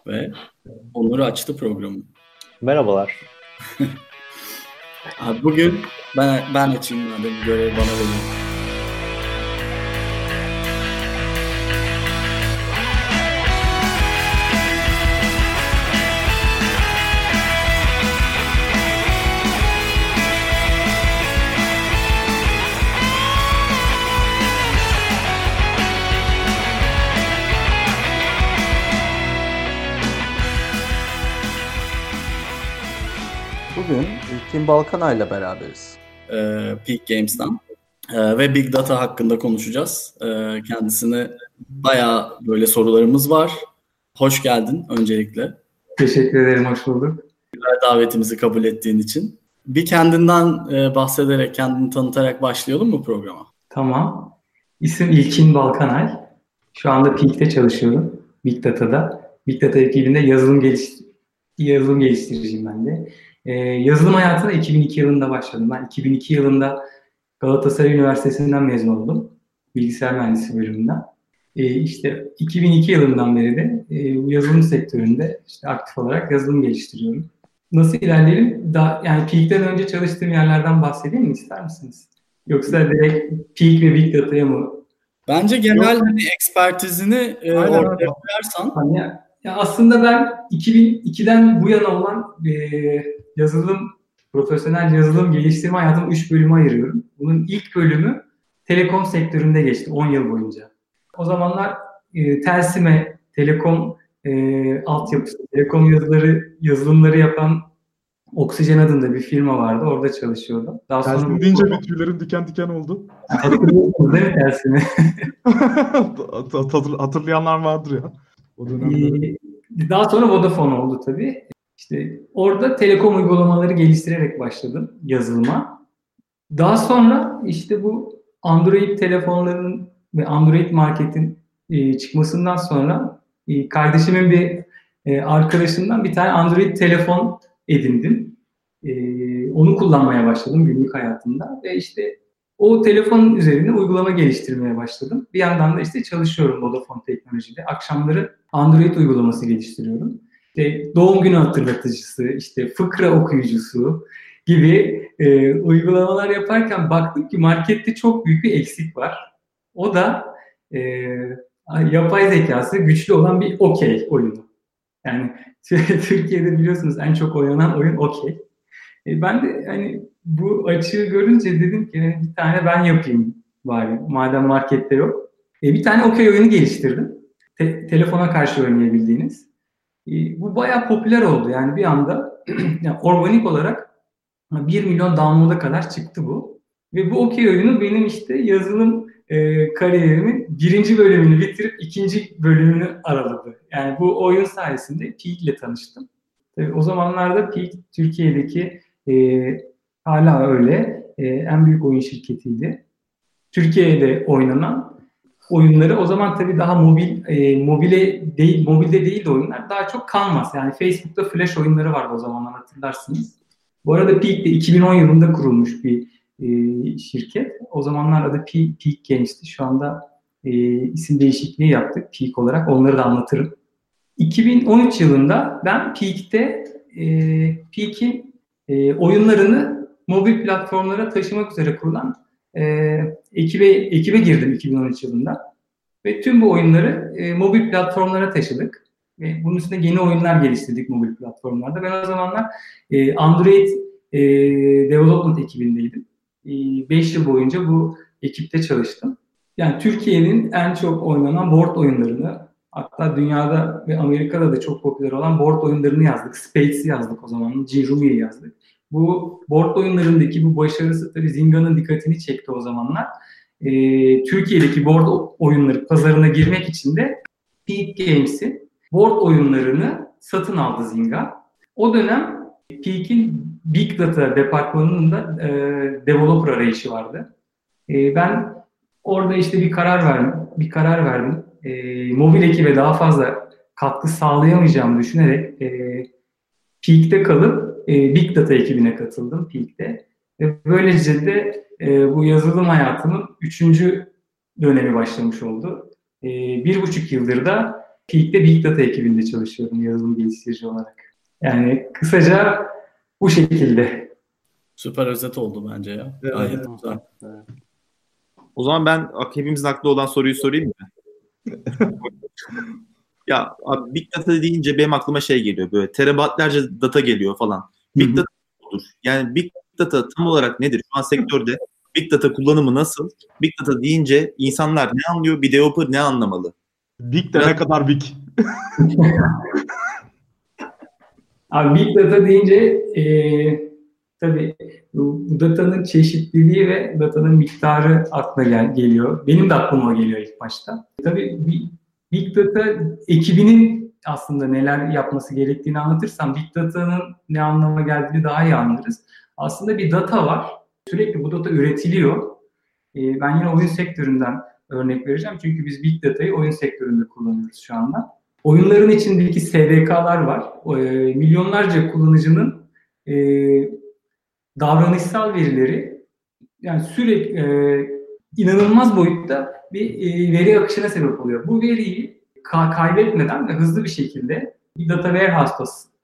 ve Onur açtı programı. Merhabalar. Abi bugün ben açayım madem görevi bana verin. Bugün Kim Balkanay'la beraberiz. Peak Games'ten ve Big Data hakkında konuşacağız. Kendisine bayağı böyle sorularımız var. Hoş geldin öncelikle. Teşekkür ederim, hoş bulduk. Davetimizi kabul ettiğin için. Bir kendinden bahsederek, kendini tanıtarak başlayalım mı programa? Tamam. İsim İlkin Balkanay. Şu anda Peak'te çalışıyorum. Big Data'da. Big Data ekibinde yazılım geliştiriciyim ben de. Yazılım hayatına 2002 yılında başladım. Ben 2002 yılında Galatasaray Üniversitesi'nden mezun oldum. Bilgisayar mühendisliği bölümünden. İşte 2002 yılından beri de yazılım sektöründe aktif olarak yazılım geliştiriyorum. Nasıl ilerleyelim? Yani Peak'ten önce çalıştığım yerlerden bahsedeyim mi, ister misiniz? Yoksa direkt Peak ve Big Data'ya mı? Bence genel ekspertizini ortaya koyarsan. Hani ya aslında ben 2002'den bu yana olan profesyonel yazılım geliştirme hayatımı 3 bölüme ayırıyorum. Bunun ilk bölümü telekom sektöründe geçti 10 yıl boyunca. O zamanlar Telsim'e, telekom altyapısı, telekom yazılımları yapan Oksijen adında bir firma vardı. Orada çalışıyordum. Daha sonra Telsim deyince bir tüylerim diken diken oldu. Hatırlıyorsunuz değil mi Telsim'i? Hatırlayanlar vardır ya. O dönemde. Daha sonra Vodafone oldu tabii. İşte orada telekom uygulamaları geliştirerek başladım yazılıma. Daha sonra işte bu Android telefonlarının ve Android marketin çıkmasından sonra kardeşimin bir arkadaşından bir tane Android telefon edindim. Onu kullanmaya başladım günlük hayatımda ve işte o telefonun üzerine uygulama geliştirmeye başladım. Bir yandan da işte çalışıyorum Vodafone Teknoloji'de. Akşamları Android uygulaması geliştiriyorum. İşte doğum günü hatırlatıcısı, işte fıkra okuyucusu gibi uygulamalar yaparken baktım ki markette çok büyük bir eksik var. O da yapay zekası güçlü olan bir okey oyunu. Yani Türkiye'de biliyorsunuz en çok oynanan oyun okey. Ben de hani bu açığı görünce dedim ki bir tane ben yapayım bari madem markette yok. Bir tane okey oyunu geliştirdim. Telefona karşı oynayabildiğiniz. Bu bayağı popüler oldu. Yani bir anda yani organik olarak 1 milyon download'a kadar çıktı bu. Ve bu okey oyunu benim işte yazılım kariyerimin 1. bölümünü bitirip 2. bölümünü araladı. Yani bu oyun sayesinde Peak ile tanıştım. Tabii o zamanlarda Peak Türkiye'deki hala öyle en büyük oyun şirketiydi. Türkiye'de oynanan oyunları o zaman tabii daha mobilde değil de oyunlar daha çok Canvas, yani Facebook'ta Flash oyunları vardı o zamanlar, hatırlarsınız. Bu arada Peak de 2010 yılında kurulmuş bir şirket. O zamanlar adı Peak Games'ti. Şu anda isim değişikliği yaptık Peak olarak. Onları da anlatırım. 2013 yılında ben Peak'in oyunlarını mobil platformlara taşımak üzere kurulan ekibe girdim 2013 yılında. Ve tüm bu oyunları mobil platformlara taşıdık. Ve bunun üstüne yeni oyunlar geliştirdik mobil platformlarda. Ben o zamanlar Android Development ekibindeydim. 5 yıl boyunca bu ekipte çalıştım. Yani Türkiye'nin en çok oynanan board oyunlarını, hatta dünyada ve Amerika'da da çok popüler olan board oyunlarını yazdık. Spates'i yazdık o zaman, G-Rumi'yi yazdık. Bu board oyunlarındaki bu başarısı tabii Zynga'nın dikkatini çekti o zamanlar. Türkiye'deki board oyunları pazarına girmek için de Peak Games'in board oyunlarını satın aldı Zynga. O dönem Peak'in Big Data departmanının da developer arayışı vardı. Ben orada işte bir karar verdim. Mobil ekibe daha fazla katkı sağlayamayacağımı düşünerek Peak'te kalıp Big Data ekibine katıldım Peak'te. Böylece de bu yazılım hayatımın 3. dönemi başlamış oldu. 1,5 yıldır da Peak'te Big Data ekibinde çalışıyorum yazılım geliştirici olarak. Yani kısaca bu şekilde. Süper özet oldu bence ya. Gayet güzel. Evet. O zaman ben hepimizin aklında olan soruyu sorayım mı? Ya abi, Big Data deyince benim aklıma şey geliyor, böyle terabaytlarca data geliyor falan. Big Data olur. Yani Big Data tam olarak nedir? Şu an sektörde Big Data kullanımı nasıl? Big Data deyince insanlar ne anlıyor? Bir developer ne anlamalı? Big de ne kadar big. Abi Big Data deyince tabii bu datanın çeşitliliği ve datanın miktarı aklına geliyor. Benim de aklıma geliyor ilk başta. Tabii Big Data ekibinin aslında neler yapması gerektiğini anlatırsam Big Data'nın ne anlama geldiğini daha iyi anlarız. Aslında bir data var. Sürekli bu data üretiliyor. Ben yine oyun sektöründen örnek vereceğim. Çünkü biz Big Data'yı oyun sektöründe kullanıyoruz şu anda. Oyunların içindeki SDK'lar var. Milyonlarca kullanıcının davranışsal verileri yani sürekli inanılmaz boyutta bir veri akışına sebep oluyor. Bu veriyi kaybetmeden ve hızlı bir şekilde bir data warehouse'da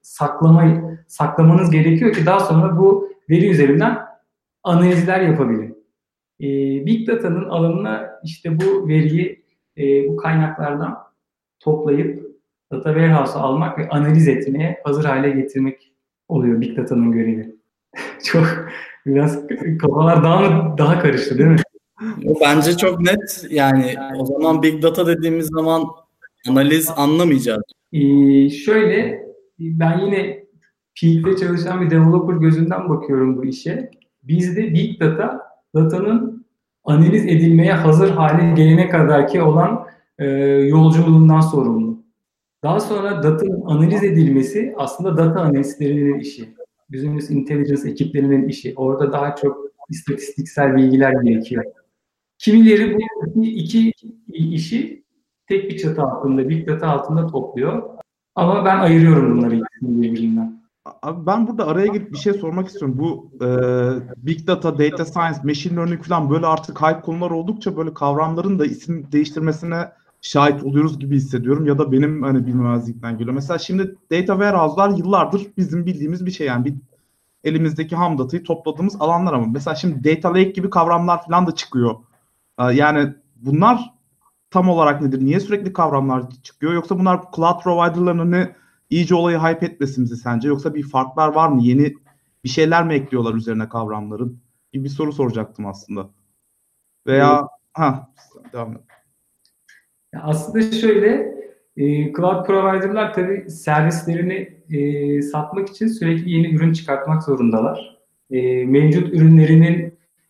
saklamanız gerekiyor ki daha sonra bu veri üzerinden analizler yapabilin. Big Data'nın alanına işte bu veriyi bu kaynaklardan toplayıp data warehouse'a almak ve analiz etmeye hazır hale getirmek oluyor Big Data'nın görevi. Çok biraz kafalar daha karıştı değil mi? Bence çok net. Yani o zaman Big Data dediğimiz zaman analiz anlamayacağız. Şöyle, ben yine Peak'te çalışan bir developer gözünden bakıyorum bu işe. Bizde Big Data, datanın analiz edilmeye hazır hale gelene kadarki olan yolculuğundan sorumlu. Daha sonra datanın analiz edilmesi aslında data analistlerinin işi. Business Intelligence ekiplerinin işi. Orada daha çok istatistiksel bilgiler gerekiyor. Kimileri bu iki işi tek bir çatı altında, Big Data altında topluyor. Ama ben ayırıyorum bunları ikisini birbirinden. Abi ben burada araya girip bir şey sormak istiyorum. Bu Big Data, Data Science, Machine Learning falan böyle artık hype konular oldukça böyle kavramların da isim değiştirmesine şahit oluyoruz gibi hissediyorum. Ya da benim hani bilmemezlikten geliyor. Mesela şimdi data warehouse'lar yıllardır bizim bildiğimiz bir şey. Yani bir elimizdeki ham datayı topladığımız alanlar ama mesela şimdi data lake gibi kavramlar falan da çıkıyor. Yani bunlar tam olarak nedir? Niye sürekli kavramlar çıkıyor? Yoksa bunlar cloud provider'larının iyice olayı hype etmesi mi sence? Yoksa bir farklar var mı? Yeni bir şeyler mi ekliyorlar üzerine kavramların? Gibi bir soru soracaktım aslında. Veya devam et. Aslında şöyle, cloud provider'lar tabii servislerini satmak için sürekli yeni ürün çıkartmak zorundalar. Mevcut ürünlerini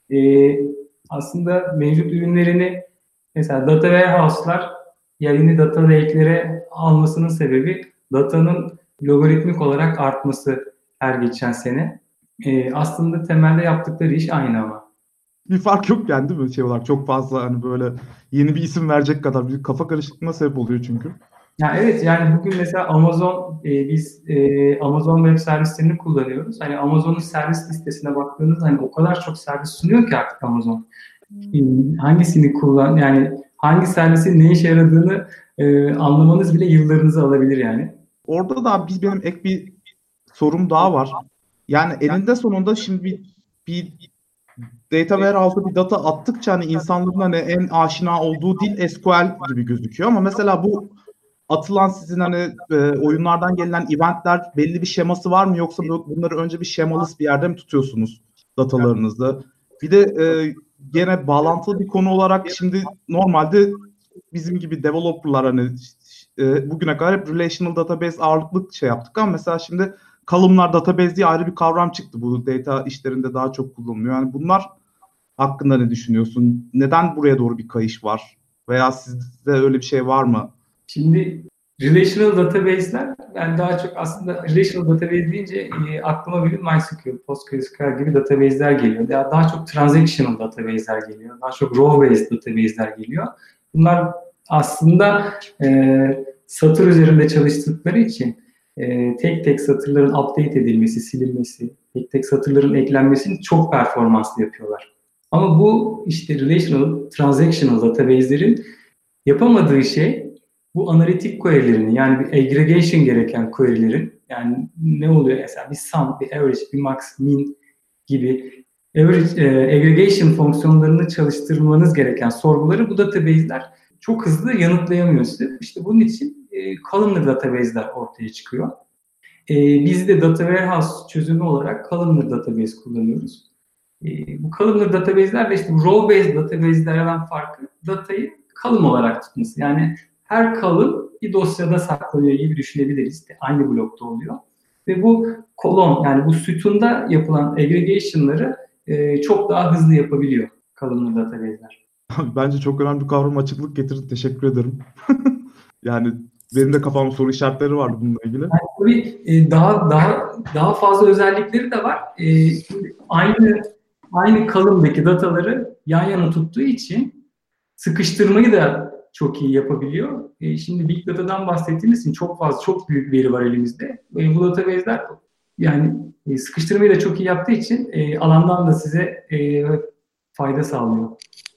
mesela data warehouse'lar yeni data lake'lere almasının sebebi datanın logaritmik olarak artması her geçen sene. Aslında temelde yaptıkları iş aynı ama. Bir fark yok yani değil mi? Şey olarak çok fazla hani böyle yeni bir isim verecek kadar bir kafa karışıklığına sebep oluyor çünkü. Ya evet, yani bugün mesela Amazon, biz Amazon web servislerini kullanıyoruz. Hani Amazon'un servis listesine baktığınız hani o kadar çok servis sunuyor ki artık Amazon. Hangisini yani hangi servisin ne işe yaradığını anlamanız bile yıllarınızı alabilir yani. Orada da benim ek bir sorum daha var. Yani eninde sonunda şimdi bir data warehouse'a bir data attıkça hani insanların hani en aşina olduğu dil SQL gibi gözüküyor ama mesela bu atılan sizin hani oyunlardan gelen eventler belli bir şeması var mı yoksa bunları önce bir şemalist bir yerde mi tutuyorsunuz datalarınızda? Bir de gene bağlantılı bir konu olarak şimdi normalde bizim gibi developerlar hani bugüne kadar hep relational database ağırlıklı şey yaptık ama mesela şimdi columnar database diye ayrı bir kavram çıktı. Bu data işlerinde daha çok kullanılıyor. Yani bunlar hakkında ne düşünüyorsun? Neden buraya doğru bir kayış var? Veya sizde öyle bir şey var mı? Şimdi relational database'ler, yani daha çok aslında relational database deyince aklıma bir MySQL, PostgreSQL gibi database'ler geliyor. Daha çok transactional database'ler geliyor. Daha çok row-based database'ler geliyor. Bunlar aslında satır üzerinde çalıştıkları için tek tek satırların update edilmesi, silinmesi, tek tek satırların eklenmesini çok performanslı yapıyorlar. Ama bu işte relational, transactional database'lerin yapamadığı şey bu analitik query'lerini, yani bir aggregation gereken query'lerin, yani ne oluyor mesela bir sum, bir average, bir max, min gibi aggregation fonksiyonlarını çalıştırmanız gereken sorguları bu database'ler çok hızlı yanıtlayamıyor size. İşte bunun için columnar database'ler ortaya çıkıyor. Biz de data warehouse çözümü olarak columnar database kullanıyoruz. Bu columnar database'ler de işte bu row-based database'lerden farkı datayı column olarak tutması. Yani her column bir dosyada saklanıyor gibi düşünebiliriz. İşte aynı blokta oluyor. Ve bu kolon, yani bu sütunda yapılan aggregation'ları çok daha hızlı yapabiliyor columnar database'ler. Bence çok önemli bir kavram, açıklık getirdin. Teşekkür ederim. Yani benim de kafamda soru işaretleri vardı bununla ilgili. Yani tabii daha fazla özellikleri de var. Şimdi aynı column'daki dataları yan yana tuttuğu için sıkıştırmayı da çok iyi yapabiliyor. Şimdi Big Data'dan bahsettiğimiz için çok büyük veri var elimizde. Bu database'ler yani sıkıştırmayı da çok iyi yaptığı için alandan da size fayda sağlıyor.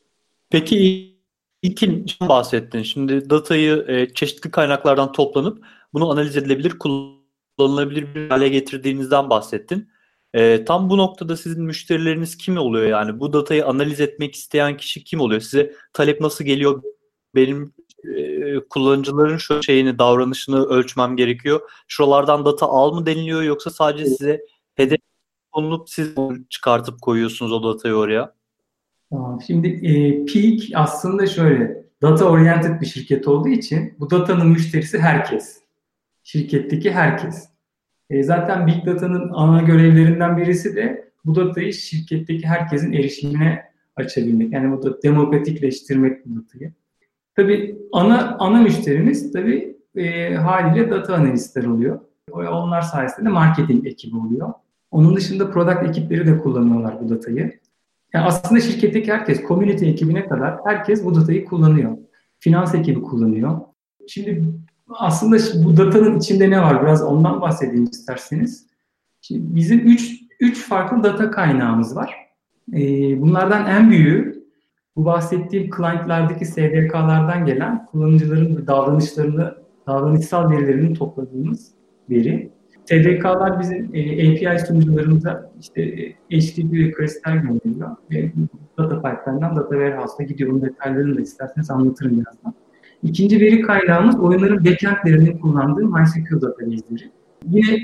Peki İlkin bahsettin. Şimdi datayı çeşitli kaynaklardan toplanıp bunu analiz edilebilir, kullanılabilir bir hale getirdiğinizden bahsettin. Tam bu noktada sizin müşterileriniz kim oluyor yani? Bu datayı analiz etmek isteyen kişi kim oluyor? Size talep nasıl geliyor? Benim kullanıcıların şu davranışını ölçmem gerekiyor. Şuralardan data al mı deniliyor, yoksa sadece size hedef konulup siz çıkartıp koyuyorsunuz o datayı oraya? Tamam. Şimdi Peak aslında şöyle, data oriented bir şirket olduğu için bu datanın müşterisi herkes. Şirketteki herkes. Zaten Big Data'nın ana görevlerinden birisi de bu datayı şirketteki herkesin erişimine açabilmek. Yani bu da demokratikleştirmek bu datayı. Tabii ana müşterimiz tabii haliyle data analistler oluyor. Onlar sayesinde de marketing ekibi oluyor. Onun dışında product ekipleri de kullanıyorlar bu datayı. Yani aslında şirketteki herkes, community ekibine kadar herkes bu datayı kullanıyor. Finans ekibi kullanıyor. Şimdi aslında bu datanın içinde ne var? Biraz ondan bahsedeyim isterseniz. Şimdi bizim üç farklı data kaynağımız var. Bunlardan en büyüğü bu bahsettiğim client'lardaki SDK'lardan gelen kullanıcıların davranışsal verilerini topladığımız veri. SDK'lar bizim API sunucularımıza işte HTTP request'ler gönderiyor ve data pipeline'dan data warehouse'a gidiyor. Bunun detaylarını da isterseniz anlatırım birazdan. İkinci veri kaynağımız oyunların backend'lerinin kullandığı MySQL database'leri. Yine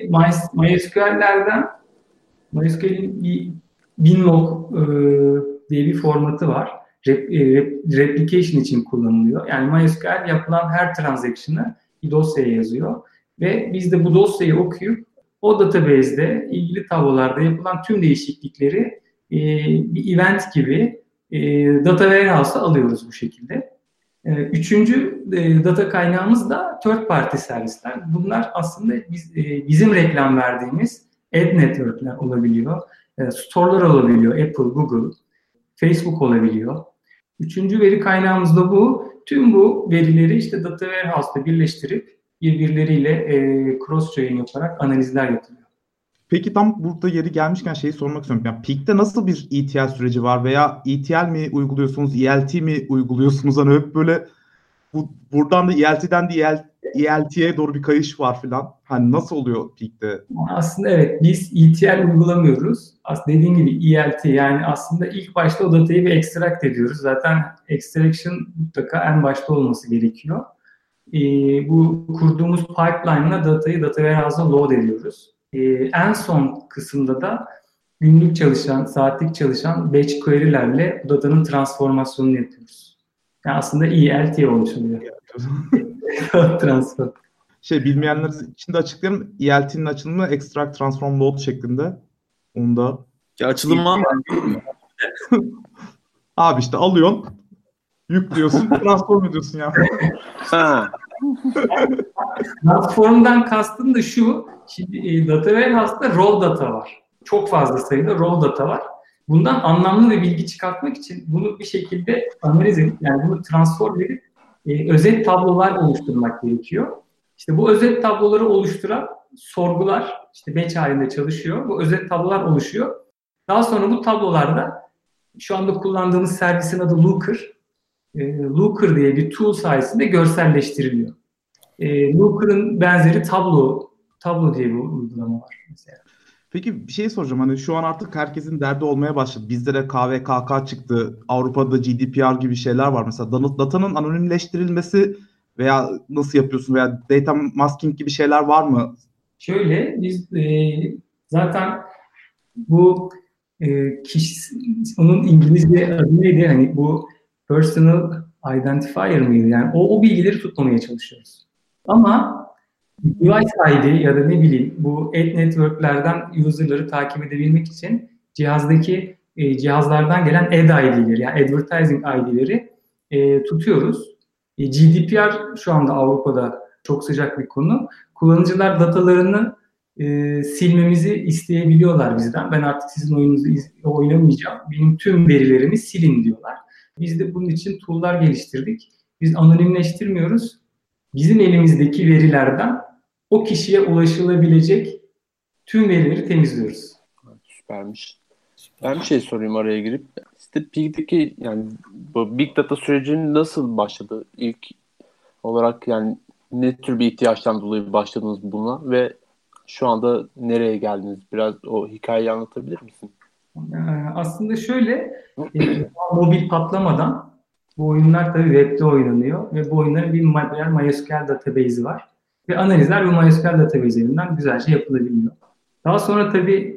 MySQL'in bir binlog diye bir formatı var. Replication için kullanılıyor. Yani MySQL yapılan her transaction'ı bir dosyaya yazıyor. Ve biz de bu dosyayı okuyup o database'de ilgili tablolarda yapılan tüm değişiklikleri bir event gibi data warehouse'a alıyoruz bu şekilde. Üçüncü data kaynağımız da third party servisler. Bunlar aslında bizim reklam verdiğimiz ad network'ler olabiliyor. Store'lar olabiliyor. Apple, Google, Facebook olabiliyor. Üçüncü veri kaynağımız da bu. Tüm bu verileri işte data warehouse'da birleştirip birbirleriyle cross-chain yaparak analizler yapılıyor. Peki tam burada yeri gelmişken şeyi sormak istiyorum. Yani Peak'te nasıl bir ETL süreci var veya ETL mi uyguluyorsunuz, ELT mi uyguluyorsunuz? Hani hep böyle buradan da ELT'den de ELT'ye doğru bir kayış var filan. Hani nasıl oluyor Peak'te? Aslında evet, biz ETL uygulamıyoruz. Aslında dediğim gibi ELT, yani aslında ilk başta o datayı bir extract ediyoruz. Zaten extraction mutlaka en başta olması gerekiyor. Bu kurduğumuz pipeline'la datayı data warehouse'a load ediyoruz. En son kısımda da günlük çalışan, saatlik çalışan batch query'lerle bu datanın transformasyonunu yapıyoruz. Yani aslında ELT olmuş oluyor. Transfer. Bilmeyenler için de açıklayalım. ELT'nin açılımı Extract Transform Load şeklinde. Onu da. Açılımı abi işte alıyorsun, yüklüyorsun, transform ediyorsun ya. Transform'dan kastım da şu, şimdi data warehouse'da raw data var. Çok fazla sayıda raw data var. Bundan anlamlı bir bilgi çıkartmak için bunu bir şekilde analiz edip, yani bunu transform edip özet tablolar oluşturmak gerekiyor. İşte bu özet tabloları oluşturan sorgular işte batch halinde çalışıyor. Bu özet tablolar oluşuyor. Daha sonra bu tablolarda şu anda kullandığımız servisin adı Looker. Looker diye bir tool sayesinde görselleştiriliyor. Looker'ın benzeri Tableau diye bir uygulama var mesela. Peki bir şey soracağım. Hani şu an artık herkesin derdi olmaya başladı. Bizde de KVKK çıktı. Avrupa'da GDPR gibi şeyler var. Mesela datanın anonimleştirilmesi veya nasıl yapıyorsun veya data masking gibi şeyler var mı? Şöyle biz zaten bu onun İngilizce adı neydi? Hani bu personal identifier mıydı? Yani o bilgileri tutmamaya çalışıyoruz. Ama device ID ya da ne bileyim bu ad network'lerden user'ları takip edebilmek için cihazlardan gelen ad ID'leri yani advertising ID'leri tutuyoruz. GDPR şu anda Avrupa'da çok sıcak bir konu. Kullanıcılar datalarını silmemizi isteyebiliyorlar bizden. Ben artık sizin oyununuzu oynamayacağım. Benim tüm verilerimi silin diyorlar. Biz de bunun için tool'lar geliştirdik. Biz anonimleştirmiyoruz. Bizim elimizdeki verilerden o kişiye ulaşılabilecek tüm verileri temizliyoruz. Süpermiş. Ben bir şey sorayım araya girip. İşte Pig'deki yani bu Big Data sürecinin nasıl başladı? İlk olarak yani ne tür bir ihtiyaçtan dolayı başladınız buna ve şu anda nereye geldiniz? Biraz o hikayeyi anlatabilir misin? Aslında şöyle, mobil patlamadan bu oyunlar tabii webde oynanıyor ve bu oyunların bir MySQL database'i var. Ve analizler bu MySQL database'lerinden güzelce yapılabiliyor. Daha sonra tabii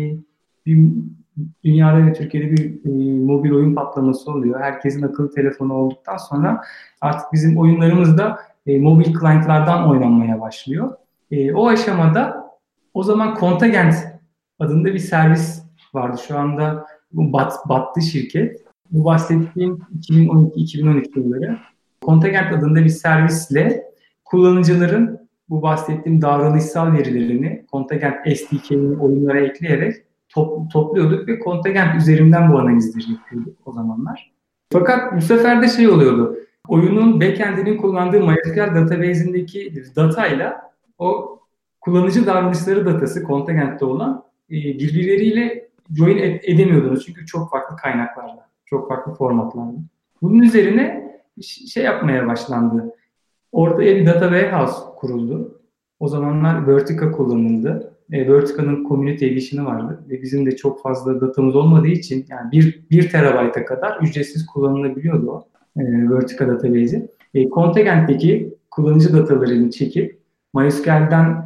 dünyada ve Türkiye'de bir mobil oyun patlaması oluyor. Herkesin akıllı telefonu olduktan sonra artık bizim oyunlarımız da mobil client'lardan oynanmaya başlıyor. O aşamada o zaman Contingent adında bir servis vardı. Şu anda bu battı şirket. Bu bahsettiğim 2012-2013 yılları. Contingent adında bir servisle kullanıcıların bu bahsettiğim davranışsal verilerini Contingent SDK'ni oyunlara ekleyerek topluyorduk ve Contingent üzerinden bu analizleri yapıyorduk o zamanlar. Fakat bu sefer de şey oluyordu. Oyunun backend'inin kullandığı MySQL database'indeki datayla o kullanıcı davranışları datası Contingent'te olan birbirleriyle join edemiyordunuz. Çünkü çok farklı kaynaklarla, çok farklı formatlarla. Bunun üzerine şey yapmaya başlandı. Ortaya bir data warehouse kuruldu. O zamanlar Vertica kullanıldı. Vertica'nın Community Edition'ı vardı. Ve bizim de çok fazla datamız olmadığı için yani 1 terabayta kadar ücretsiz kullanılabiliyordu o Vertica database'i. Contingent'teki kullanıcı datalarını çekip MySQL'den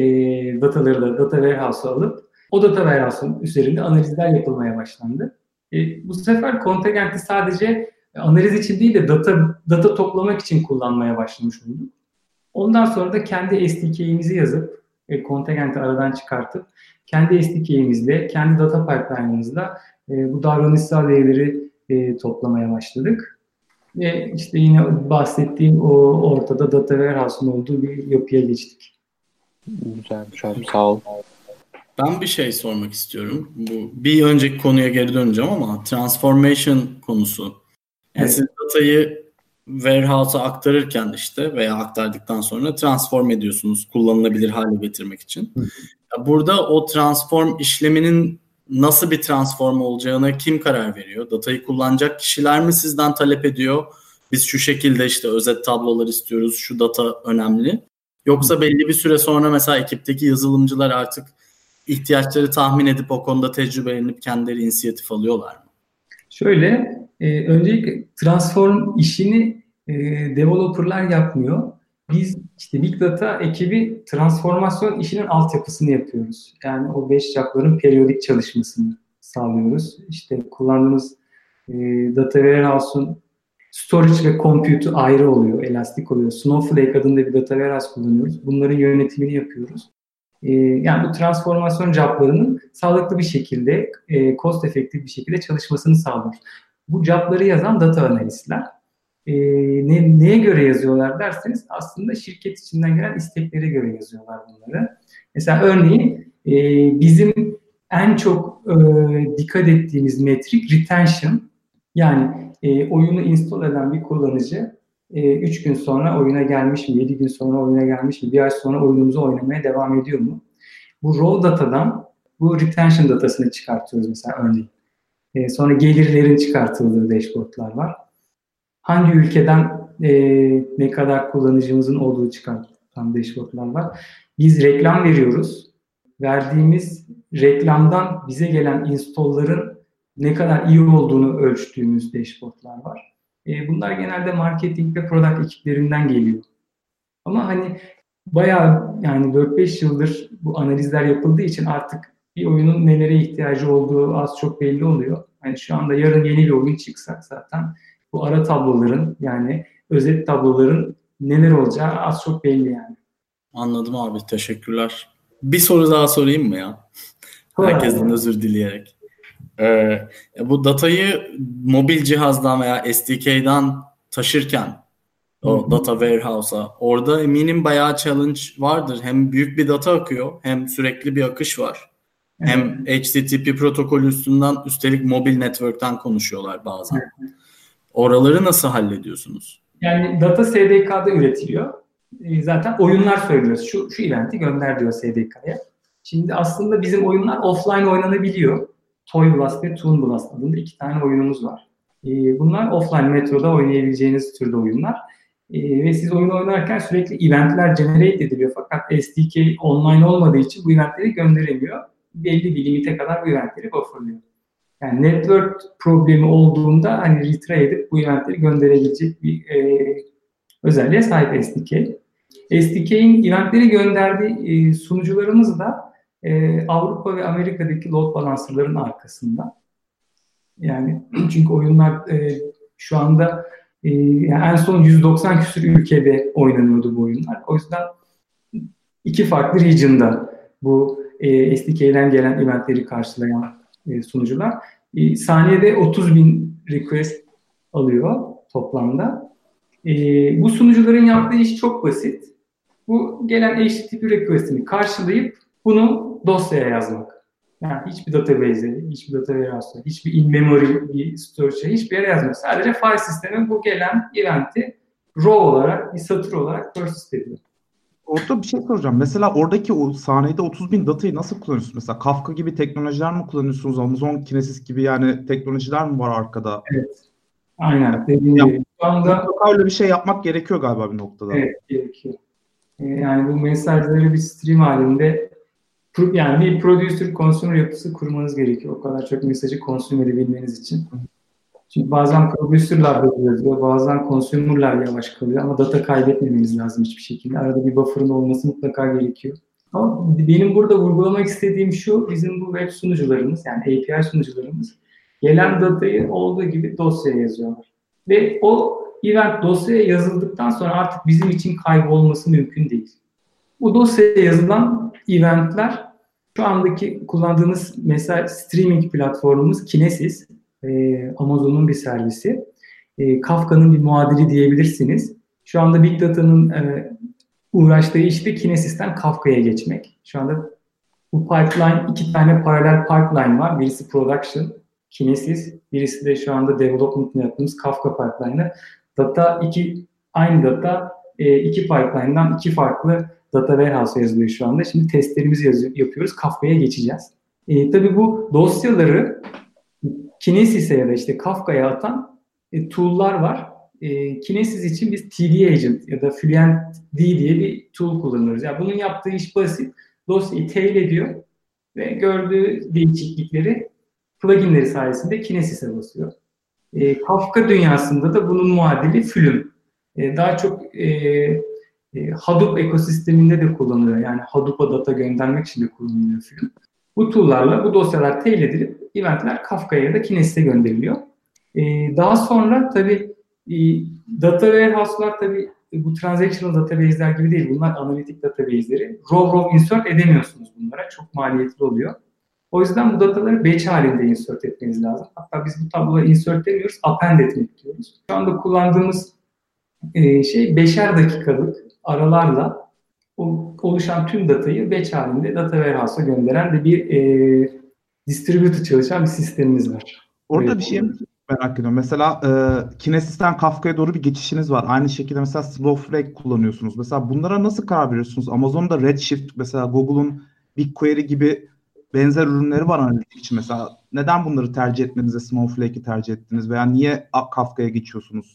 dataları da data warehouse'a alıp o data warehouse'un üzerinde analizler yapılmaya başlandı. Bu sefer Contingent'i sadece analiz için değil de data toplamak için kullanmaya başlamış olduk. Ondan sonra da kendi SDK'imizi yazıp Contingent'i aradan çıkartıp kendi SDK'imizle, kendi data pipeline'ımızla bu davranışsal verileri toplamaya başladık. Ve işte yine bahsettiğim o ortada data warehouse'un olduğu bir yapıya geçtik. Güzelmiş abi, sağ ol. Ben bir şey sormak istiyorum. Bu bir önceki konuya geri döneceğim ama transformation konusu. Yani evet. Siz datayı warehouse'a aktarırken işte veya aktardıktan sonra transform ediyorsunuz kullanılabilir hale getirmek için. Burada o transform işleminin nasıl bir transform olacağına kim karar veriyor? Datayı kullanacak kişiler mi sizden talep ediyor? Biz şu şekilde işte özet tablolar istiyoruz, şu data önemli. Yoksa belli bir süre sonra mesela ekipteki yazılımcılar artık ihtiyaçları tahmin edip o konuda tecrübelenip kendileri inisiyatif alıyorlar mı? Şöyle, öncelikle transform işini developerlar yapmıyor. Biz işte Big Data ekibi transformasyon işinin altyapısını yapıyoruz. Yani o 5 yapıların periyodik çalışmasını sağlıyoruz. İşte kullandığımız Data Warehouse'un storage ve compute'u ayrı oluyor, elastik oluyor. Snowflake adında bir Data Warehouse kullanıyoruz. Bunların yönetimini yapıyoruz. Yani bu transformasyon joblarının sağlıklı bir şekilde, cost efektif bir şekilde çalışmasını sağlıyoruz. Bu jobları yazan data analistler. Neye göre yazıyorlar derseniz aslında şirket içinden gelen isteklere göre yazıyorlar bunları. Mesela örneğin bizim en çok dikkat ettiğimiz metrik retention. Yani oyunu install eden bir kullanıcı 3 gün sonra oyuna gelmiş mi, 7 gün sonra oyuna gelmiş mi, bir ay sonra oyunumuzu oynamaya devam ediyor mu? Bu raw datadan bu retention datasını çıkartıyoruz mesela örneğin. Sonra gelirlerin çıkartıldığı dashboardlar var. Hangi ülkeden ne kadar kullanıcımızın olduğu çıkan dashboardlar var. Biz reklam veriyoruz. Verdiğimiz reklamdan bize gelen install'ların ne kadar iyi olduğunu ölçtüğümüz dashboardlar var. Bunlar genelde marketing ve product ekiplerinden geliyor. Ama hani bayağı yani 4-5 yıldır bu analizler yapıldığı için artık bir oyunun nelere ihtiyacı olduğu az çok belli oluyor. Yani şu anda yarın yeni bir oyun çıksak zaten bu ara tabloların yani özet tabloların neler olacağı az çok belli yani. Anladım abi, teşekkürler. Bir soru daha sorayım mı ya? Herkesten özür dileyerek. Bu datayı mobil cihazdan veya SDK'dan taşırken o data warehouse'a orada eminim bayağı challenge vardır. Hem büyük bir data akıyor hem sürekli bir akış var. Hem HTTP protokolü üstünden üstelik mobil network'ten konuşuyorlar bazen. Oraları nasıl hallediyorsunuz? Yani data SDK'da üretiliyor. Zaten oyunlar söylüyoruz. Şu eventi gönder diyor SDK'ya. Şimdi aslında bizim oyunlar offline oynanabiliyor. Toy Blast ve Toon Blast adında 2 tane oyunumuz var. Bunlar offline metroda oynayabileceğiniz türde oyunlar. Ve siz oyunu oynarken sürekli eventler generate ediliyor. Fakat SDK online olmadığı için bu eventleri gönderemiyor. Belli bir limite kadar bu eventleri bufferlıyor. Yani network problemi olduğunda hani retry edip bu eventleri gönderebilecek bir özelliğe sahip SDK. SDK'in eventleri gönderdiği sunucularımız da Avrupa ve Amerika'daki load balancerların arkasında. Yani çünkü oyunlar şu anda yani en son 190 küsur ülkede oynanıyordu bu oyunlar. O yüzden 2 farklı region'da bu SDK'den gelen eventleri karşılayan sunucular. Saniyede 30.000 request alıyor toplamda. Bu sunucuların yaptığı iş çok basit. Bu gelen HTTP request'ini karşılayıp bunu dosyaya yazmak. Yani hiçbir database'e, hiçbir data warehouse'a, hiçbir in-memory bir storage'a, hiçbir yere yazmıyor. Sadece file sistemi bu gelen eventi raw olarak, bir satır olarak persist ediyor. Orada bir şey soracağım. Mesela oradaki o saniyede 30.000 datayı nasıl kullanıyorsunuz? Mesela Kafka gibi teknolojiler mi kullanıyorsunuz? Amazon Kinesis gibi yani teknolojiler mi var arkada? Evet. Aynen. Dediğim gibi. Şu anda öyle bir şey yapmak gerekiyor galiba bir noktada. Evet, gerekiyor. Yani bu mesajları bir stream halinde yani bir producer consumer yapısı kurmanız gerekiyor. O kadar çok mesajı consume edebilmeniz için. Çünkü bazen producer'lar hızlı yazıyor, bazen consumer'lar yavaş kalıyor ama data kaybetmemeniz lazım hiçbir şekilde. Arada bir buffer'ın olması mutlaka gerekiyor. Ama benim burada vurgulamak istediğim şu, bizim bu web sunucularımız yani API sunucularımız gelen datayı olduğu gibi dosyaya yazıyorlar. Ve o event dosyaya yazıldıktan sonra artık bizim için kaybolması mümkün değil. Bu dosyaya yazılan eventler şu andaki kullandığımız mesela streaming platformumuz Kinesis, Amazon'un bir servisi. Kafka'nın bir muadili diyebilirsiniz. Şu anda Big Data'nın uğraştığı iş de Kinesis'ten Kafka'ya geçmek. Şu anda bu pipeline 2 tane paralel pipeline var. Birisi production, Kinesis, birisi de şu anda development yaptığımız Kafka pipeline'ı. Aynı data 2 pipeline'dan 2 farklı data warehouse'a yazılıyor şu anda. Şimdi testlerimizi yapıyoruz. Kafka'ya geçeceğiz. Tabii bu dosyaları Kinesis'e ya da işte Kafka'ya atan tool'lar var. Kinesis için biz TD Agent ya da Fluent D diye bir tool kullanıyoruz. Yani bunun yaptığı iş basit. Dosyayı tail ediyor ve gördüğü değişiklikleri pluginleri sayesinde Kinesis'e basıyor. Kafka dünyasında da bunun muadili Flume. Daha çok Hadoop ekosisteminde de kullanılıyor. Yani Hadoop'a data göndermek için de kullanılıyor Flume. Bu tool'larla bu dosyalar tail edilip eventler Kafka'ya ya da Kinesis'e gönderiliyor. Daha sonra tabii data warehouse'lar tabii bu transactional database'ler gibi değil. Bunlar analitik database'leri. Raw insert edemiyorsunuz bunlara. Çok maliyetli oluyor. O yüzden bu dataları batch halinde insert etmeniz lazım. Hatta biz bu tabloları insert demiyoruz, append etmek diyoruz. Şu anda kullandığımız şey 5'er dakikalık aralarla oluşan tüm datayı batch halinde data warehouse'a gönderen de bir distributed çalışan bir sistemimiz var. Orada bir şey merak ediyorum. Mesela Kinesis'ten Kafka'ya doğru bir geçişiniz var. Aynı şekilde mesela Snowflake kullanıyorsunuz. Mesela bunlara nasıl karar veriyorsunuz? Amazon'da Redshift, mesela Google'un BigQuery gibi benzer ürünleri var analitik için mesela. Neden bunları tercih etmediniz de Snowflake'i tercih ettiniz veya niye Kafka'ya geçiyorsunuz?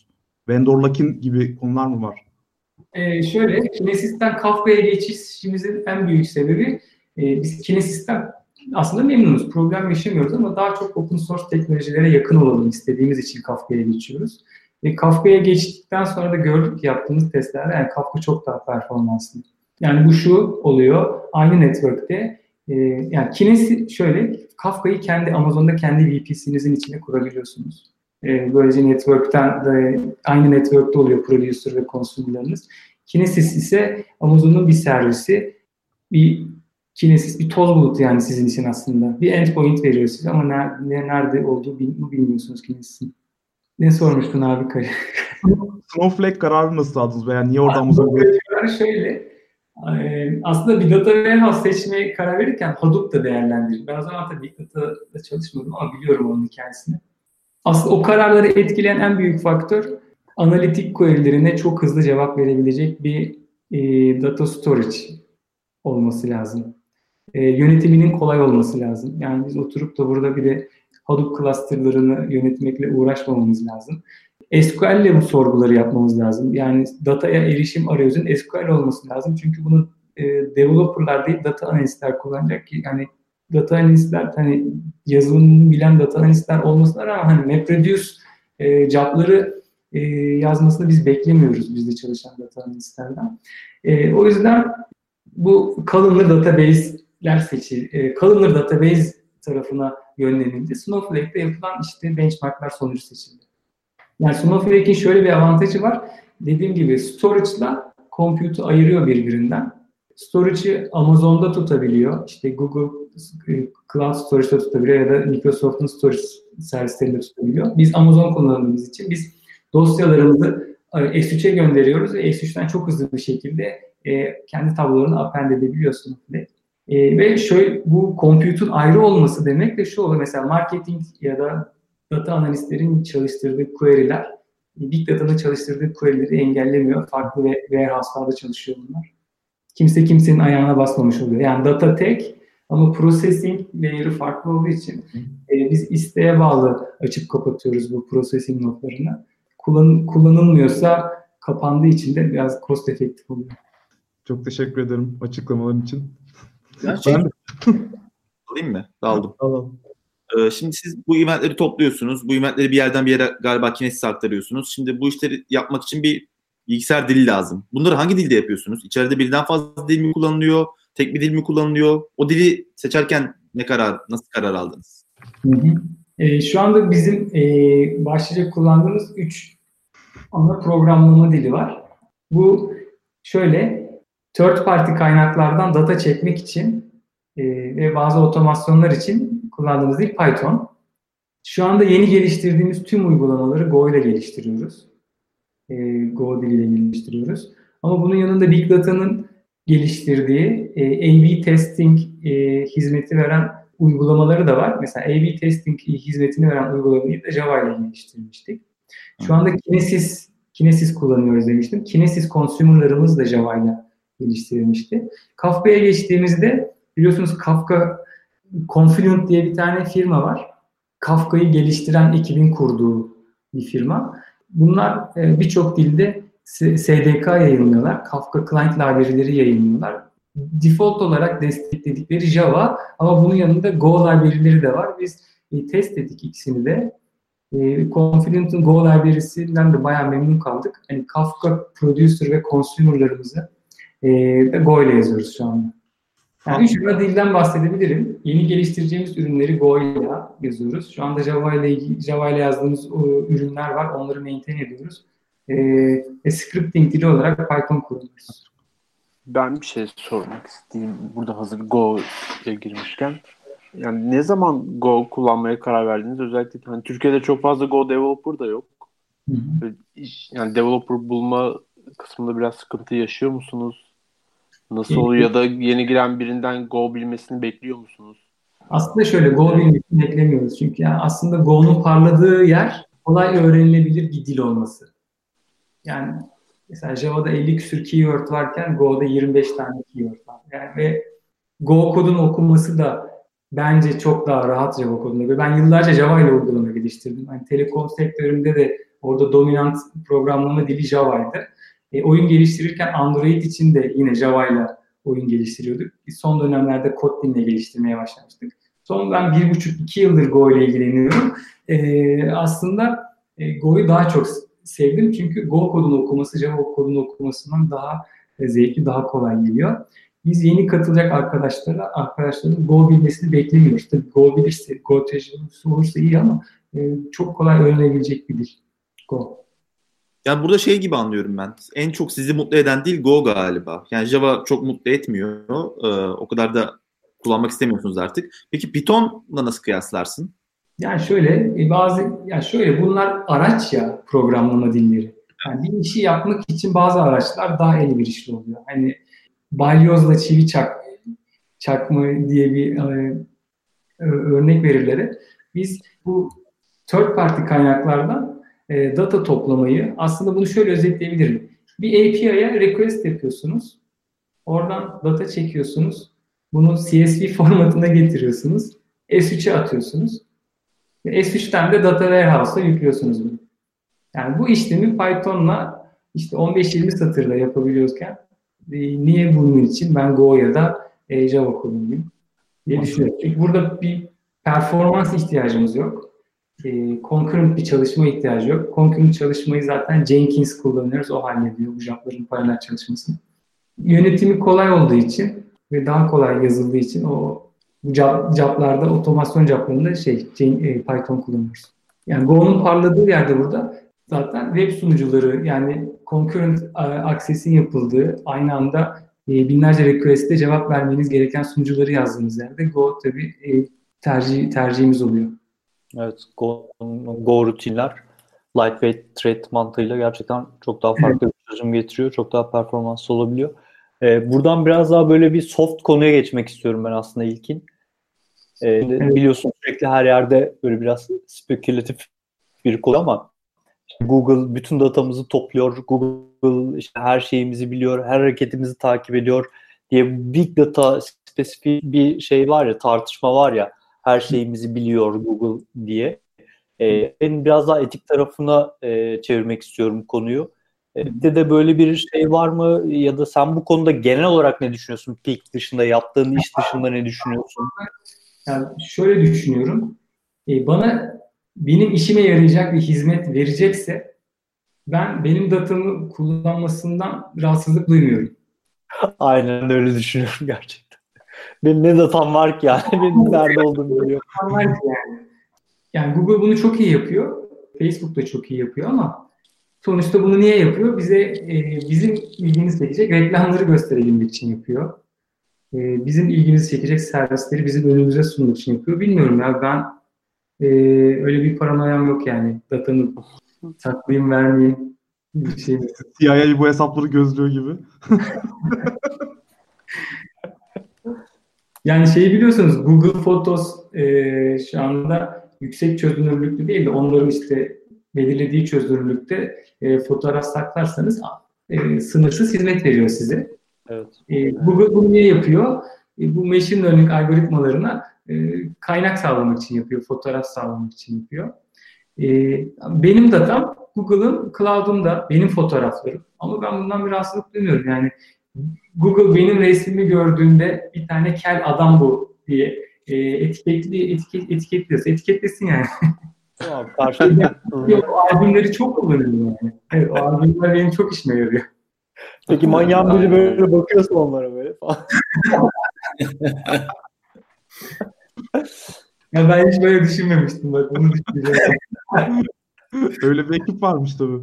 Vendor lock-in gibi konular mı var? Şöyle, Kinesis'ten Kafka'ya geçişimizin en büyük sebebi biz Kinesis'ten aslında memnunuz, problem yaşamıyoruz ama daha çok open source teknolojilere yakın olalım istediğimiz için Kafka'ya geçiyoruz. Ve Kafka'ya geçtikten sonra da gördük ki yaptığımız testlerde yani Kafka çok daha performanslı. Yani bu şu oluyor, aynı network'te yani Kinesis şöyle, Kafka'yı Amazon'da kendi VPC'nizin içine kurabiliyorsunuz. Böylece network'ten de aynı network'te oluyor producer ve consumer'larınız. Kinesis ise Amazon'un bir servisi, bir Kinesis bir toz bulutu yani sizin için aslında. Bir endpoint veriyor size ama nerede olduğu bilmiyorsunuz Kinesis'in. Ne sormuştun abi? Snowflake kararı nasıl aldınız veya niye orada Amazon'da? Şöyle, aslında bir data warehouse seçmeye karar verirken Hadoop da değerlendirir. Ben o zaman tabii Big Data'da çalışmadım ama biliyorum onun hikayesini. Aslında o kararları etkileyen en büyük faktör analitik query'lerine çok hızlı cevap verebilecek bir data storage olması lazım. Yönetiminin kolay olması lazım. Yani biz oturup da burada bir de Hadoop cluster'larını yönetmekle uğraşmamamız lazım. SQL ile bu sorguları yapmamız lazım. Yani dataya erişim arayüzün SQL olması lazım. Çünkü bunu developerlar değil data analistler kullanacak ki yani data analistler hani yazılımını bilen data analistler olmasına rağmen hani MapReduce job'ları yazmasını biz beklemiyoruz bizde çalışan data analistlerden. O yüzden bu Columnar database'ler Columnar database tarafına yönlenildi. Snowflake'de yapılan işte benchmarklar sonucu seçildi. Yani Snowflake'in şöyle bir avantajı var. Dediğim gibi storage'la compute'u ayırıyor birbirinden. Storage'ı Amazon'da tutabiliyor. İşte Google Cloud Storage'da tutabiliyor ya da Microsoft'un storage servislerinde tutabiliyor. Biz Amazon kullandığımız için biz dosyalarımızı S3'e gönderiyoruz ve S3'ten çok hızlı bir şekilde kendi tablolarını append edebiliyorsunuz. Ve şöyle bu compute'un ayrı olması demek de şu oluyor. Mesela marketing ya da data analistlerin çalıştırdığı query'ler Big Data'nın çalıştırdığı query'leri engellemiyor. Farklı warehouse'larda çalışıyor bunlar. Kimse kimsenin ayağına basmamış oluyor. Yani data tek ama processing layer'ı farklı olduğu için biz isteğe bağlı açıp kapatıyoruz bu processing notlarını. Kullanılmıyorsa kapandığı için de biraz cost efektif oluyor. Çok teşekkür ederim açıklamaların için. Alayım mı? Daldım. Alalım. Şimdi siz bu eventleri topluyorsunuz. Bu eventleri bir yerden bir yere galiba Kinesis'e aktarıyorsunuz. Şimdi bu işleri yapmak için bir bilgisayar dili lazım. Bunları hangi dilde yapıyorsunuz? İçeride birden fazla dil mi kullanılıyor? Tek bir dil mi kullanılıyor? O dili seçerken nasıl karar aldınız? Şu anda bizim başlıca kullandığımız 3 ana programlama dili var. Bu şöyle third party kaynaklardan data çekmek için ve bazı otomasyonlar için kullandığımız dil Python. Şu anda yeni geliştirdiğimiz tüm uygulamaları Go ile geliştiriyoruz. Go diliyle geliştiriyoruz. Ama bunun yanında Big Data'nın geliştirdiği A/B testing hizmeti veren uygulamaları da var. Mesela A/B testing hizmetini veren uygulamayı da Java ile geliştirmiştik. Şu anda Kinesis kullanıyoruz demiştim. Kinesis consumer'larımız da Java ile geliştirilmişti. Kafka'ya geçtiğimizde biliyorsunuz Kafka Confluent diye bir tane firma var. Kafka'yı geliştiren ekibin kurduğu bir firma. Bunlar birçok dilde SDK yayınlıyorlar. Kafka Client Library'leri yayınlıyorlar. Default olarak destekledikleri Java ama bunun yanında Go library'leri de var. Biz test ettik ikisini de. Confluent'un Go library'sinden de bayağı memnun kaldık. Yani Kafka Producer ve Consumer'larımızı Go ile yazıyoruz şu anda. Yani 3 ana dilden bahsedebilirim. Yeni geliştireceğimiz ürünleri Go ile yazıyoruz. Şu anda Java ile yazdığımız ürünler var. Onları maintain ediyoruz. Scripting dili olarak Python kullanıyoruz. Ben bir şey sormak isteyeyim. Burada hazır Go'ya girmişken. Yani ne zaman Go kullanmaya karar verdiniz? Özellikle hani Türkiye'de çok fazla Go developer da yok. Yani developer bulma kısmında biraz sıkıntı yaşıyor musunuz? Nasıl oluyor ya da yeni giren birinden Go bilmesini bekliyor musunuz? Aslında şöyle Go bilmesini beklemiyoruz. Çünkü yani aslında Go'nun parladığı yer kolay öğrenilebilir bir dil olması. Yani mesela Java'da 50 küsur keyword varken Go'da 25 tane keyword var. Yani ve Go kodun okunması da bence çok daha rahat Java koduna göre. Ben yıllarca Java ile uygulama geliştirdim. Hani telekom sektöründe de Orada dominant programlama dili Java'ydı. Oyun geliştirirken Android için de yine Java ile oyun geliştiriyorduk. Son dönemlerde Kotlin'le geliştirmeye başlamıştık. Son ben 1,5-2 yıldır Go ile ilgileniyorum. Aslında Go'yu daha çok sevdim çünkü Go kodunu okuması Java kodunu okumasından daha zevkli, daha kolay geliyor. Biz yeni katılacak arkadaşların Go bilmesini beklemiyoruz. Tabii Go bilirse, Go tecrübesi olursa iyi ama çok kolay öğrenebilecek bir dil Go. Yani burada şey gibi anlıyorum ben. En çok sizi mutlu eden dil Go galiba. Yani Java çok mutlu etmiyor. O kadar da kullanmak istemiyorsunuz artık. Peki Python'la nasıl kıyaslarsın? Yani şöyle bunlar araç ya programlama dilleri. Yani bir işi yapmak için bazı araçlar daha elverişli oluyor. Hani balyozla çivi çakma diye bir örnek verirler. Biz bu third party kaynaklardan data toplamayı aslında bunu şöyle özetleyebilirim. Bir API'ye request yapıyorsunuz. Oradan data çekiyorsunuz. Bunu CSV formatına getiriyorsunuz. S3'e atıyorsunuz. Ve S3'ten de data warehouse'a yüklüyorsunuz bunu. Yani bu işlemi Python'la işte 15-20 satırda yapabiliyorken niye bunun için ben Go ya da Java kullanayım diye düşünüyorum. Çünkü burada bir performans ihtiyacımız yok. Concurrent bir çalışma ihtiyacı yok. Concurrent çalışmayı zaten Jenkins kullanıyoruz. O hallediyor bu jobların paralel çalışmasını. Yönetimi kolay olduğu için ve daha kolay yazıldığı için bu joblarda, otomasyon joblarında Python kullanıyoruz. Yani Go'nun parladığı yerde burada zaten web sunucuları yani concurrent access'in yapıldığı aynı anda binlerce request'e cevap vermeniz gereken sunucuları yazdığınız yerde Go tabii tercihimiz oluyor. Evet, Go rutinler lightweight thread mantığıyla gerçekten çok daha farklı bir çözüm getiriyor. Çok daha performanslı olabiliyor. Buradan biraz daha böyle bir soft konuya geçmek istiyorum ben aslında İlkin. Biliyorsun sürekli her yerde böyle biraz spekülatif bir konu ama Google bütün datamızı topluyor. Google işte her şeyimizi biliyor, her hareketimizi takip ediyor diye big data spesifik bir şey var ya, tartışma var ya, her şeyimizi biliyor Google diye. Ben biraz daha etik tarafına çevirmek istiyorum konuyu. De böyle bir şey var mı ya da sen bu konuda genel olarak ne düşünüyorsun? Peak dışında, yaptığın iş dışında ne düşünüyorsun? Yani şöyle düşünüyorum. Benim işime yarayacak bir hizmet verecekse benim datamı kullanmasından rahatsızlık duymuyorum. Aynen öyle düşünüyorum gerçekten. Benim ne datam var ki yani? Benim nerede olduğumu biliyorum. Yani Google bunu çok iyi yapıyor. Facebook da çok iyi yapıyor ama sonuçta bunu niye yapıyor? Bizim ilgimizi çekecek reklamları gösterebilmek için yapıyor. Bizim ilgimizi çekecek servisleri bizim önümüze sunmak için yapıyor. Bilmiyorum ya ben öyle bir paranoyam yok yani. Datamı saklayayım vermeyeyim. Bir şey. CIA bu hesapları gözlüyor gibi. Yani biliyorsunuz Google Photos şu anda yüksek çözünürlüklü değil de onların işte belirlediği çözünürlükte fotoğraf saklarsanız sınırsız hizmet veriyor size. Evet. Google bunu niye yapıyor? Bu machine learning algoritmalarına kaynak sağlamak için yapıyor, fotoğraf sağlamak için yapıyor. Benim datam Google'ın cloud'unda, benim fotoğraflarım. Ama ben bundan bir rahatsızlık duymuyorum. Yani Google benim resmimi gördüğünde bir tane kel adam bu diye etiketliyorsa etiketlesin yani. Tamam, karşılıklı. O albümleri çok kullanıyorum yani. Evet, o albümler benim çok işime yarıyor. Peki manyağın biri böyle bakıyorsa onlara böyle falan. Ya ben hiç böyle düşünmemiştim. Bak bunu düşüneceğim. Öyle bir ekip varmış tabii.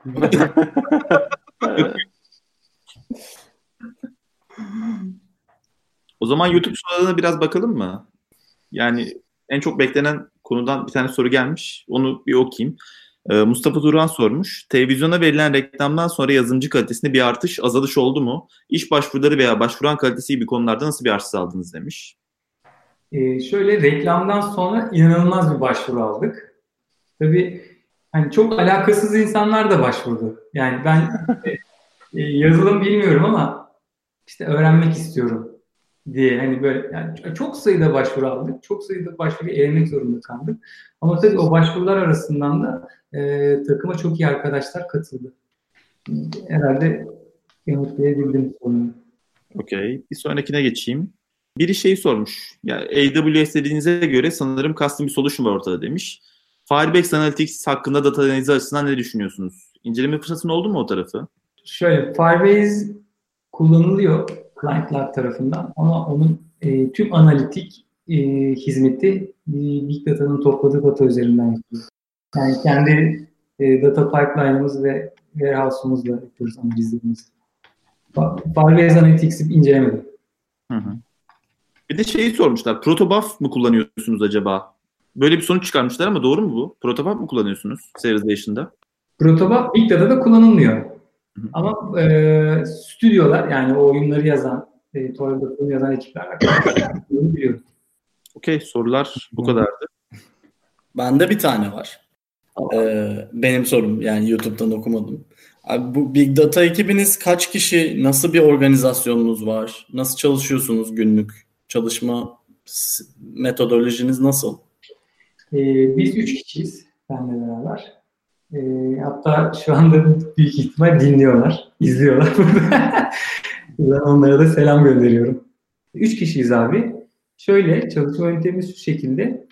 O zaman YouTube sorularına biraz bakalım mı? Yani en çok beklenen konudan bir tane soru gelmiş. Onu bir okuyayım. Mustafa Turan sormuş. Televizyona verilen reklamdan sonra yazılımcı kalitesinde bir artış, azalış oldu mu? İş başvuruları veya başvuran kalitesi gibi konularda nasıl bir artış aldınız demiş. Şöyle reklamdan sonra inanılmaz bir başvuru aldık. Tabii hani çok alakasız insanlar da başvurdu. Yani ben yazılım bilmiyorum ama işte öğrenmek istiyorum diye hani böyle yani çok sayıda başvuru aldık. Çok sayıda başvuruyu elemek zorunda kaldık. Ama tabii o başvurular arasından da takıma çok iyi arkadaşlar katıldı. Herhalde yanıtlayabildim sorunu. Okey. Bir sonrakine geçeyim. Biri şeyi sormuş. Yani AWS dediğinize göre sanırım custom bir solution var ortada demiş. Firebase Analytics hakkında data analizi açısından ne düşünüyorsunuz? İnceleme fırsatın oldu mu o tarafı? Şöyle, Firebase kullanılıyor client'lar tarafından ama onun tüm analitik hizmeti Big Data'nın topladığı data üzerinden yapıyor. Yani kendi data pipeline'ımız ve warehouse'umuzla yapıyoruz analizlerimizi. Firebase Analytics'i incelemedim. Hı. Bir de şeyi sormuşlar. Protobuf mu kullanıyorsunuz acaba? Böyle bir sonuç çıkarmışlar ama doğru mu bu? Protobuf mu kullanıyorsunuz Serialization'da? Protobuf Big Data'da kullanılmıyor. Ama stüdyolar yani o oyunları yazan, Tornados'unu yazan ekipler biliyorum. Okey, sorular bu kadardı. Bende bir tane var. Benim sorum yani YouTube'dan okumadım. Abi bu Big Data ekibiniz kaç kişi, nasıl bir organizasyonunuz var? Nasıl çalışıyorsunuz günlük? Çalışma metodolojiniz nasıl? Biz 3 kişiyiz benle beraber. Hatta şu anda büyük ihtimal dinliyorlar, izliyorlar. Ben onlara da selam gönderiyorum. 3 kişiyiz abi. Şöyle çalışma yöntemimiz şu şekilde.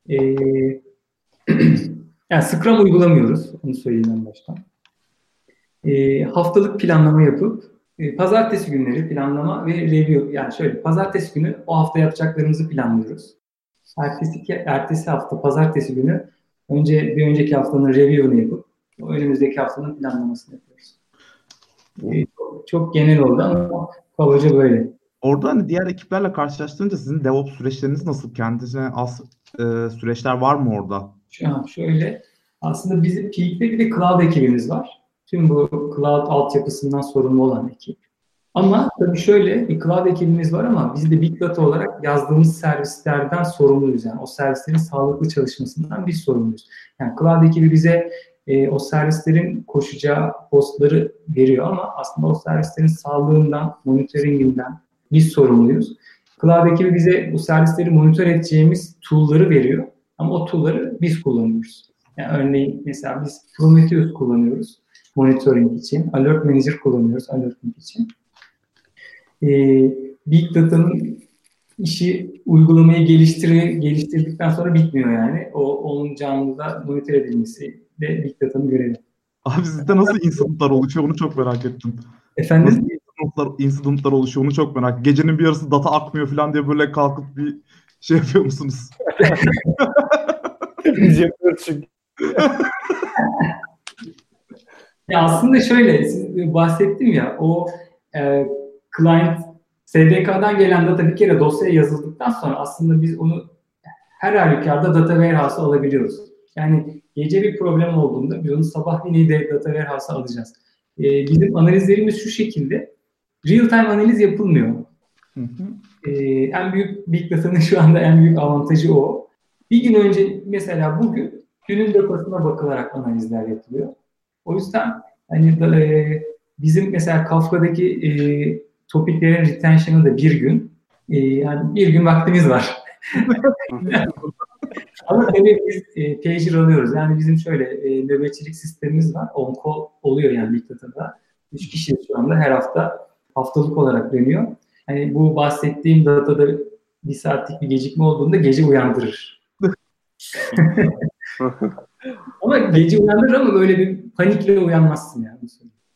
Yani Scrum uygulamıyoruz. Onu söyleyeyim en baştan. Haftalık planlama yapıp pazartesi günleri planlama ve review. Yani şöyle pazartesi günü o hafta yapacaklarımızı planlıyoruz. Ertesi hafta pazartesi günü bir önceki haftanın review'unu yapıp önümüzdeki haftanın planlamasını yapıyoruz. Çok genel oldu ama kabaca böyle. Orada hani diğer ekiplerle karşılaştırınca sizin DevOps süreçleriniz nasıl? Kendisine az süreçler var mı orada? Şöyle aslında bizim Peak'te bir de Cloud ekibimiz var. Tüm bu Cloud altyapısından sorumlu olan ekip. Ama tabii şöyle bir Cloud ekibimiz var ama biz de Big Data olarak yazdığımız servislerden sorumluyuz. Yani o servislerin sağlıklı çalışmasından biz sorumluyuz. Yani Cloud ekibi bize o servislerin koşacağı postları veriyor ama aslında o servislerin sağlığından, monitoringinden biz sorumluyuz. Cloud ekibi bize bu servisleri monitör edeceğimiz tool'ları veriyor ama o tool'ları biz kullanıyoruz. Yani örneğin mesela biz Prometheus kullanıyoruz monitoring için, Alert Manager kullanıyoruz alerting için. Big Data'nın işi uygulamayı geliştirdikten sonra bitmiyor yani. Onun canlıda monitör edilmesi de Big Data'nın görevi. Abi sizde nasıl incidentlar oluşuyor onu çok merak ettim. Efendim? Nasıl incidentlar oluşuyor onu çok merak ettim. Gecenin bir yarısı data akmıyor falan diye böyle kalkıp bir şey yapıyor musunuz? Biz yapıyoruz çünkü. Ya aslında şöyle, bahsettim ya, o client SDK'dan gelen data bir kere dosyaya yazıldıktan sonra aslında biz onu her halükarda data warehouse'a alabiliyoruz. Yani gece bir problem olduğunda biz onu sabah yine de data warehouse'a alacağız. Bizim analizlerimiz şu şekilde, real time analiz yapılmıyor. En büyük Big Data'nın şu anda en büyük avantajı o. Bir gün önce mesela bugün günün datasına bakılarak analizler yapılıyor. O yüzden hani bizim mesela Kafka'daki topiklerin retention'ı da bir gün. Yani bir gün vaktimiz var. Ama tabii biz pager alıyoruz. Yani bizim şöyle nöbetçilik sistemimiz var. On-call oluyor yani Big Data'da. 3 kişi şu anda her hafta haftalık olarak dönüyor. Hani bu bahsettiğim datada bir saatlik bir gecikme olduğunda gece uyandırır. Ama gece uyandırır ama böyle bir panikle uyanmazsın yani.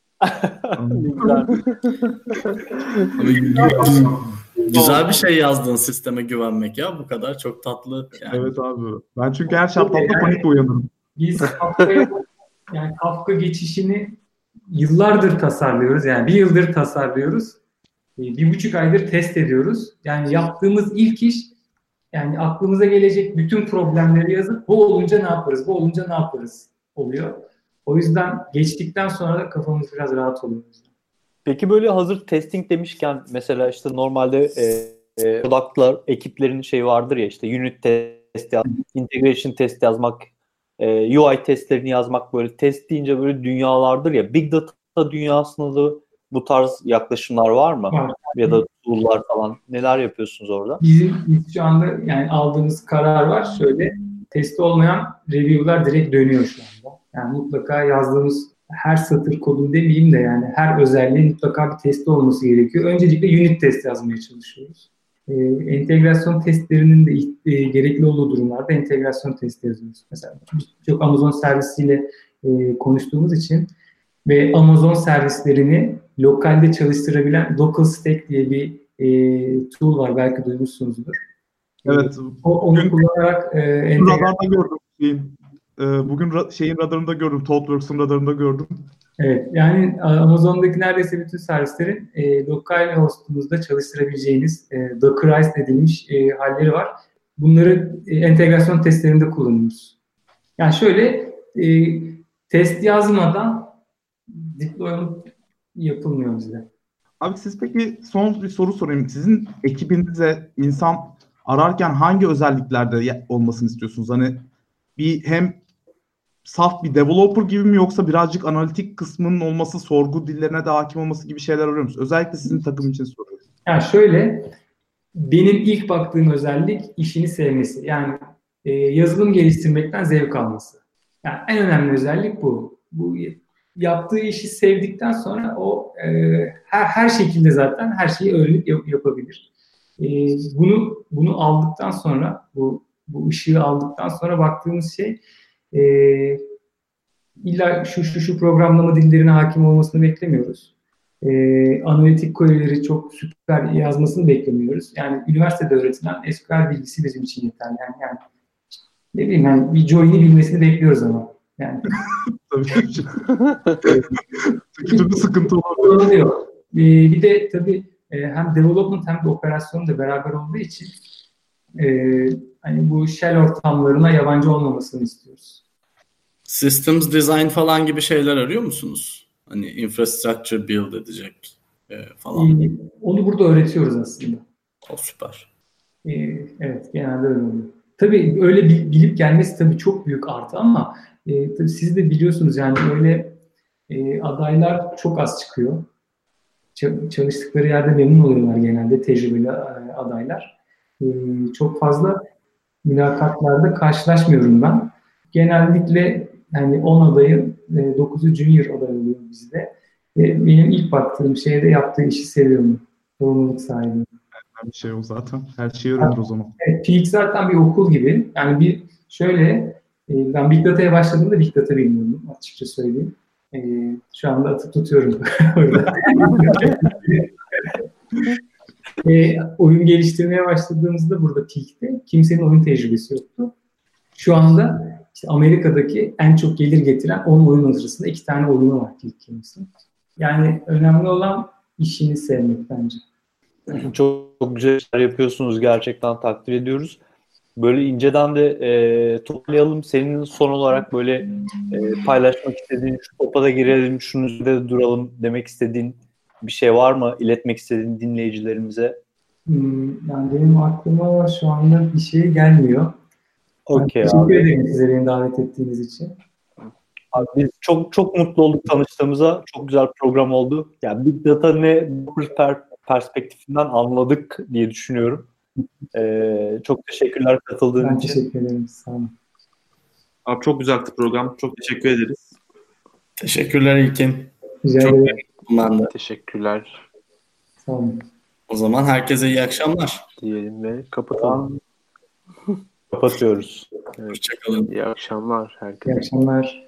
Güzel bir şey yazdığın sisteme güvenmek ya, bu kadar çok tatlı. Yani. Evet abi. Ben çünkü her şartlarda panikle uyanırım. Biz Kafka geçişini yıllardır tasarlıyoruz. Yani bir yıldır tasarlıyoruz. 1,5 aydır test ediyoruz. Yani yaptığımız ilk iş, yani aklımıza gelecek bütün problemleri yazıp bu olunca ne yaparız, bu olunca ne yaparız oluyor. O yüzden geçtikten sonra da kafamız biraz rahat oluyor. Peki böyle hazır testing demişken mesela işte normalde product'lar, ekiplerin şeyi vardır ya, işte unit test, integration test yazmak, UI testlerini yazmak, böyle test deyince böyle dünyalardır ya. Big Data dünyasında da bu tarz yaklaşımlar var mı? Var. Ya da tool'lar falan. Neler yapıyorsunuz orada? Biz şu anda yani aldığımız karar var. Şöyle testi olmayan review'lar direkt dönüyor şu anda. Yani mutlaka yazdığımız her satır kodun demeyeyim de yani her özelliğin mutlaka bir testi olması gerekiyor. Öncelikle unit test yazmaya çalışıyoruz. Entegrasyon testlerinin de gerekli olduğu durumlarda entegrasyon testi yazıyoruz. Mesela çok Amazon servisiyle konuştuğumuz için ve Amazon servislerini lokalde çalıştırabilen Local Stack diye bir tool var. Belki duymuşsunuzdur. Evet. Onu kullanarak radarda gördüm. Bugün şeyin radarında gördüm. ThoughtWorks'un radarında gördüm. Evet. Yani Amazon'daki neredeyse bütün servislerin lokal hostumuzda çalıştırabileceğiniz Dockerize edilmiş halleri var. Bunları entegrasyon testlerinde kullanıyoruz. Yani şöyle test yazmadan deployment yapılmıyor bizde. Abi siz peki son bir soru sorayım. Sizin ekibinize insan ararken hangi özelliklerde olmasını istiyorsunuz? Hani bir hem saf bir developer gibi mi yoksa birazcık analitik kısmının olması, sorgu dillerine de hakim olması gibi şeyler arıyor musunuz? Özellikle sizin takım için soruyorum. Yani şöyle, benim ilk baktığım özellik işini sevmesi. Yani yazılım geliştirmekten zevk alması. Yani en önemli özellik bu. Bu yaptığı işi sevdikten sonra o her şekilde zaten her şeyi öğrenip yapabilir. Bunu aldıktan sonra bu ışığı aldıktan sonra baktığımız şey illa şu programlama dillerine hakim olmasını beklemiyoruz. Analitik query'leri çok süper yazmasını beklemiyoruz. Yani üniversitede öğretilen SQL bilgisi bizim için yeterli. Yani ne bileyim yani bir join'i bilmesini bekliyoruz ama. Yani Tabii sıkıntı oluyor. Bir de tabii hem development hem de operasyon da beraber olduğu için hani bu shell ortamlarına yabancı olmamasını istiyoruz. Systems design falan gibi şeyler arıyor musunuz? Hani infrastructure build edecek falan. Onu burada öğretiyoruz aslında. O süper. Evet, genelde öyle oluyor. Tabii öyle bilip gelmesi tabii çok büyük artı ama tabii siz de biliyorsunuz yani öyle adaylar çok az çıkıyor. Çalıştıkları yerde memnun oluyorlar genelde tecrübeli adaylar. Çok fazla mülakatlarda karşılaşmıyorum ben. Genellikle yani 10 adayın 9'u junior aday oluyor bizde. Benim ilk baktığım şeyde yaptığı işi seviyorum. Sorumluluk sahibi. Bir şey o zaten. Her şeyi öğrenir o zaman. Evet, Peak zaten bir okul gibi. Yani bir şöyle ben Big Data'ya başladığımda Big Data bilmiyordum açıkça söyleyeyim. Şu anda atıp tutuyorum orada. Oyun geliştirmeye başladığımızda burada Peak'te kimsenin oyun tecrübesi yoktu. Şu anda işte Amerika'daki en çok gelir getiren 10 oyun arasında 2 tane oyunu var Peak Games'in. Yani önemli olan işini sevmek bence. Çok güzel şeyler yapıyorsunuz. Gerçekten takdir ediyoruz. Böyle inceden de toplayalım. Senin son olarak böyle paylaşmak istediğin, şu topa da girelim, şunun üzerinde de duralım demek istediğin bir şey var mı? İletmek istediğin dinleyicilerimize? Yani benim aklıma şu anda bir şey gelmiyor. Okay, teşekkür ederim size beni davet ettiğiniz için. Abi biz çok mutlu olduk tanıştığımıza. Çok güzel program oldu. Yani Big Data ne perspektifinden anladık diye düşünüyorum. Çok teşekkürler katıldığın için. Ben teşekkür ederim. Sağ olun. Abi çok güzeldi program. Çok teşekkür ederiz. Teşekkürler İlkin. Rica Çok ederim. ben de. Teşekkürler Sağ olun. O zaman herkese iyi akşamlar. diyelim ve kapatalım. Kapatıyoruz. Evet. Hoşçakalın. İyi akşamlar herkese. İyi akşamlar.